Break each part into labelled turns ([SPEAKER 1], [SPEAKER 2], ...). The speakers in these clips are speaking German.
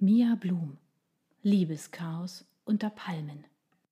[SPEAKER 1] Mia Blum. Liebeschaos unter Palmen.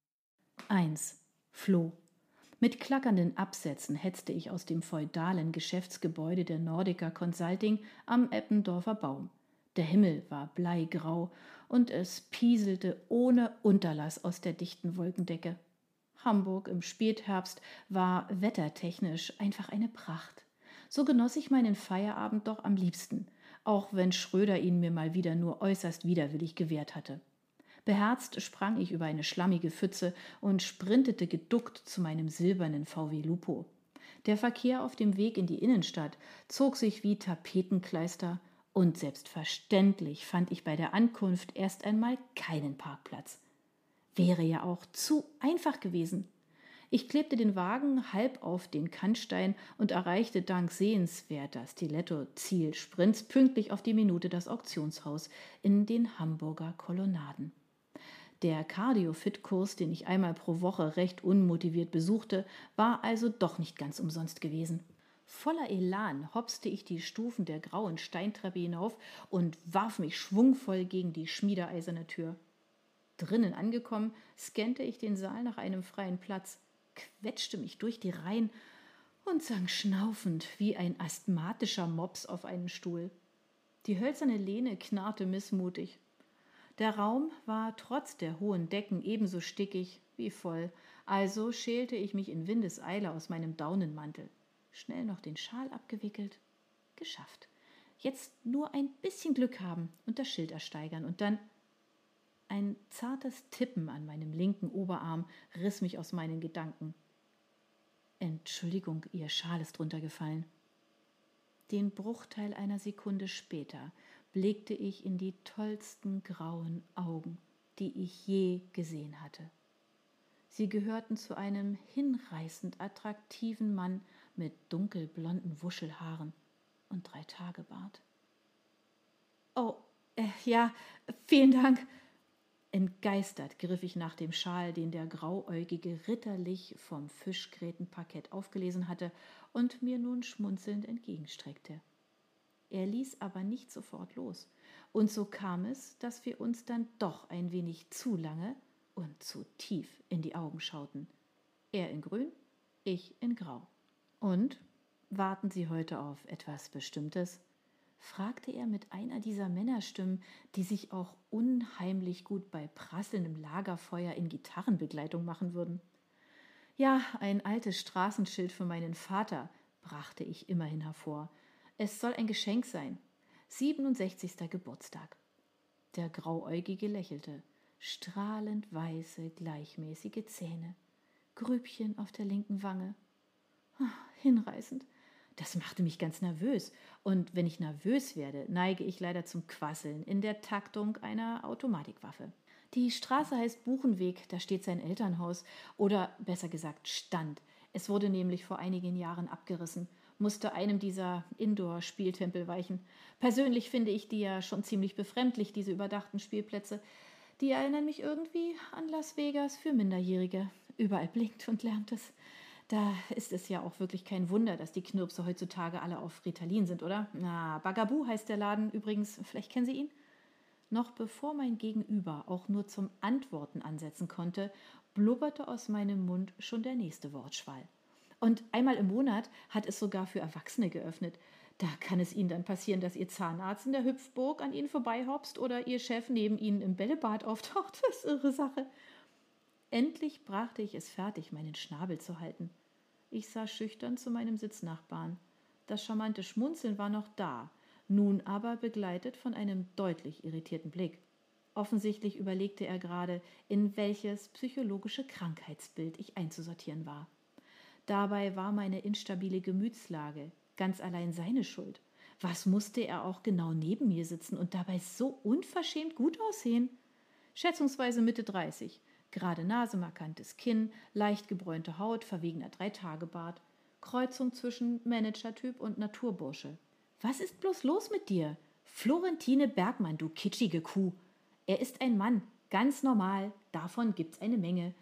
[SPEAKER 1] 1. Floh. Mit klackernden Absätzen hetzte ich aus dem feudalen Geschäftsgebäude der Nordica Consulting am Eppendorfer Baum. Der Himmel war bleigrau und es pieselte ohne Unterlass aus der dichten Wolkendecke. Hamburg im Spätherbst war wettertechnisch einfach eine Pracht. So genoss ich meinen Feierabend doch am liebsten, auch wenn Schröder ihn mir mal wieder nur äußerst widerwillig gewährt hatte. Beherzt sprang ich über eine schlammige Pfütze und sprintete geduckt zu meinem silbernen VW Lupo. Der Verkehr auf dem Weg in die Innenstadt zog sich wie Tapetenkleister und selbstverständlich fand ich bei der Ankunft erst einmal keinen Parkplatz. Wäre ja auch zu einfach gewesen. Ich klebte den Wagen halb auf den Kannstein und erreichte dank sehenswerter Stiletto-Zielsprints pünktlich auf die Minute das Auktionshaus in den Hamburger Kolonnaden. Der Cardio-Fit-Kurs, den ich einmal pro Woche recht unmotiviert besuchte, war also doch nicht ganz umsonst gewesen. Voller Elan hopste ich die Stufen der grauen Steintreppe hinauf und warf mich schwungvoll gegen die schmiedeeiserne Tür. Drinnen angekommen, scannte ich den Saal nach einem freien Platz, quetschte mich durch die Reihen und sank schnaufend wie ein asthmatischer Mops auf einen Stuhl. Die hölzerne Lehne knarrte missmutig. Der Raum war trotz der hohen Decken ebenso stickig wie voll, also schälte ich mich in Windeseile aus meinem Daunenmantel. Schnell noch den Schal abgewickelt. Geschafft. Jetzt nur ein bisschen Glück haben und das Schild ersteigern und dann... Ein zartes Tippen an meinem linken Oberarm riss mich aus meinen Gedanken. Entschuldigung, Ihr Schal ist runtergefallen. Den Bruchteil einer Sekunde später blickte ich in die tollsten grauen Augen, die ich je gesehen hatte. Sie gehörten zu einem hinreißend attraktiven Mann mit dunkelblonden Wuschelhaaren und 3-Tage-Bart. Oh, ja, vielen Dank. Entgeistert griff ich nach dem Schal, den der Grauäugige ritterlich vom Fischgrätenparkett aufgelesen hatte und mir nun schmunzelnd entgegenstreckte. Er ließ aber nicht sofort los, und so kam es, dass wir uns dann doch ein wenig zu lange und zu tief in die Augen schauten. Er in grün, ich in grau. Und, warten Sie heute auf etwas Bestimmtes? Fragte er mit einer dieser Männerstimmen, die sich auch unheimlich gut bei prasselndem Lagerfeuer in Gitarrenbegleitung machen würden. Ja, ein altes Straßenschild für meinen Vater, brachte ich immerhin hervor. Es soll ein Geschenk sein. 67. Geburtstag. Der Grauäugige lächelte. Strahlend weiße, gleichmäßige Zähne. Grübchen auf der linken Wange. Hinreißend. Das machte mich ganz nervös. Und wenn ich nervös werde, neige ich leider zum Quasseln in der Taktung einer Automatikwaffe. Die Straße heißt Buchenweg, da steht sein Elternhaus. Oder besser gesagt stand. Es wurde nämlich vor einigen Jahren abgerissen, musste einem dieser Indoor-Spieltempel weichen. Persönlich finde ich die ja schon ziemlich befremdlich, diese überdachten Spielplätze. Die erinnern mich irgendwie an Las Vegas für Minderjährige. Überall blinkt und lärmt es. Da ist es ja auch wirklich kein Wunder, dass die Knirpse heutzutage alle auf Ritalin sind, oder? Na, Bagaboo heißt der Laden übrigens. Vielleicht kennen Sie ihn? Noch bevor mein Gegenüber auch nur zum Antworten ansetzen konnte, blubberte aus meinem Mund schon der nächste Wortschwall. Und einmal im Monat hat es sogar für Erwachsene geöffnet. Da kann es Ihnen dann passieren, dass Ihr Zahnarzt in der Hüpfburg an Ihnen vorbeihopst oder Ihr Chef neben Ihnen im Bällebad auftaucht. Das ist irre Sache. Endlich brachte ich es fertig, meinen Schnabel zu halten. Ich sah schüchtern zu meinem Sitznachbarn. Das charmante Schmunzeln war noch da, nun aber begleitet von einem deutlich irritierten Blick. Offensichtlich überlegte er gerade, in welches psychologische Krankheitsbild ich einzusortieren war. Dabei war meine instabile Gemütslage ganz allein seine Schuld. Was musste er auch genau neben mir sitzen und dabei so unverschämt gut aussehen? Schätzungsweise Mitte 30. Gerade Nase, markantes Kinn, leicht gebräunte Haut, verwegener 3-Tage-Bart. Kreuzung zwischen Managertyp und Naturbursche. Was ist bloß los mit dir? Florentine Bergmann, du kitschige Kuh. Er ist ein Mann, ganz normal, davon gibt's eine Menge.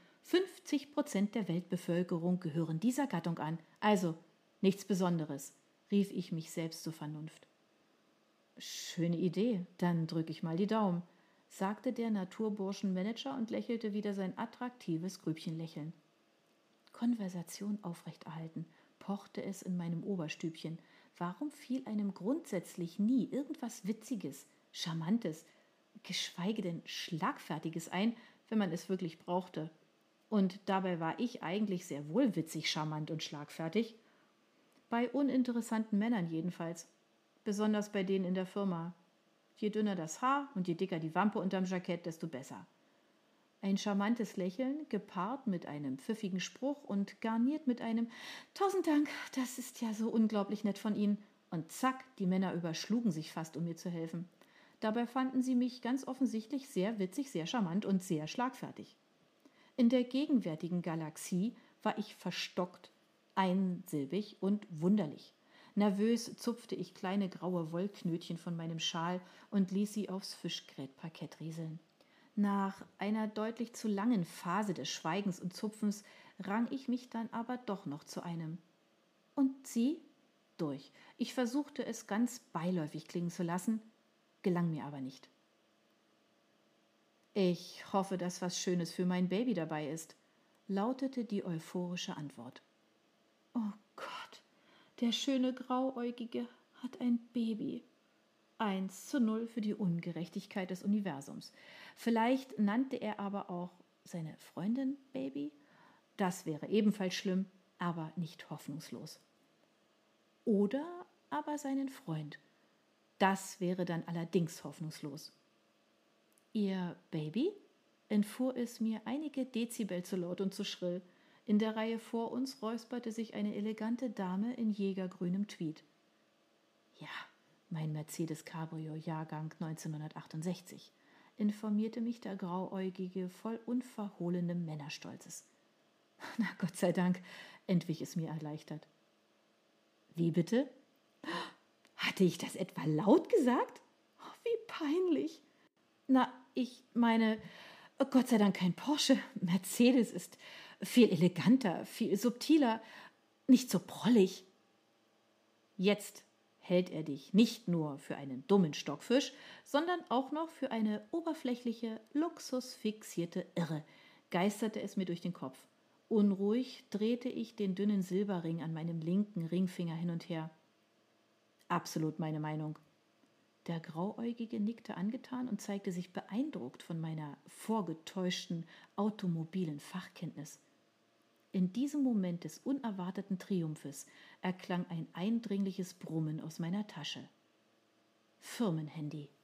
[SPEAKER 1] 50% der Weltbevölkerung gehören dieser Gattung an. Also, nichts Besonderes, rief ich mich selbst zur Vernunft. Schöne Idee, dann drück ich mal die Daumen. sagte der Naturburschenmanager und lächelte wieder sein attraktives Grübchenlächeln. Konversation aufrechterhalten, pochte es in meinem Oberstübchen. Warum fiel einem grundsätzlich nie irgendwas Witziges, Charmantes, geschweige denn Schlagfertiges ein, wenn man es wirklich brauchte? Und dabei war ich eigentlich sehr wohl witzig, charmant und schlagfertig. Bei uninteressanten Männern jedenfalls. Besonders bei denen in der Firma. Je dünner das Haar und je dicker die Wampe unterm Jackett, desto besser. Ein charmantes Lächeln, gepaart mit einem pfiffigen Spruch und garniert mit einem »Tausend Dank, das ist ja so unglaublich nett von Ihnen«. Und zack, die Männer überschlugen sich fast, um mir zu helfen. Dabei fanden sie mich ganz offensichtlich sehr witzig, sehr charmant und sehr schlagfertig. In der gegenwärtigen Galaxie war ich verstockt, einsilbig und wunderlich. Nervös zupfte ich kleine graue Wollknötchen von meinem Schal und ließ sie aufs Fischgrätparkett rieseln. Nach einer deutlich zu langen Phase des Schweigens und Zupfens rang ich mich dann aber doch noch zu einem. Und Sie? Durch. Ich versuchte es ganz beiläufig klingen zu lassen, gelang mir aber nicht. Ich hoffe, dass was Schönes für mein Baby dabei ist, lautete die euphorische Antwort. Oh Gott, der schöne Grauäugige hat ein Baby. 1:0 für die Ungerechtigkeit des Universums. Vielleicht nannte er aber auch seine Freundin Baby. Das wäre ebenfalls schlimm, aber nicht hoffnungslos. Oder aber seinen Freund. Das wäre dann allerdings hoffnungslos. Ihr Baby? Entfuhr es mir einige Dezibel zu laut und zu schrill. In der Reihe vor uns räusperte sich eine elegante Dame in jägergrünem Tweed. Ja, mein Mercedes Cabrio Jahrgang 1968, informierte mich der Grauäugige voll unverhohlenem Männerstolzes. Na Gott sei Dank, entwich es mir erleichtert. Wie bitte? Hatte ich das etwa laut gesagt? Oh, wie peinlich. Na, ich meine, Gott sei Dank kein Porsche. Mercedes ist viel eleganter, viel subtiler, nicht so prollig. Jetzt hält er dich nicht nur für einen dummen Stockfisch, sondern auch noch für eine oberflächliche, luxusfixierte Irre, geisterte es mir durch den Kopf. Unruhig drehte ich den dünnen Silberring an meinem linken Ringfinger hin und her. Absolut meine Meinung. Der Grauäugige nickte angetan und zeigte sich beeindruckt von meiner vorgetäuschten automobilen Fachkenntnis. In diesem Moment des unerwarteten Triumphes erklang ein eindringliches Brummen aus meiner Tasche. Firmenhandy.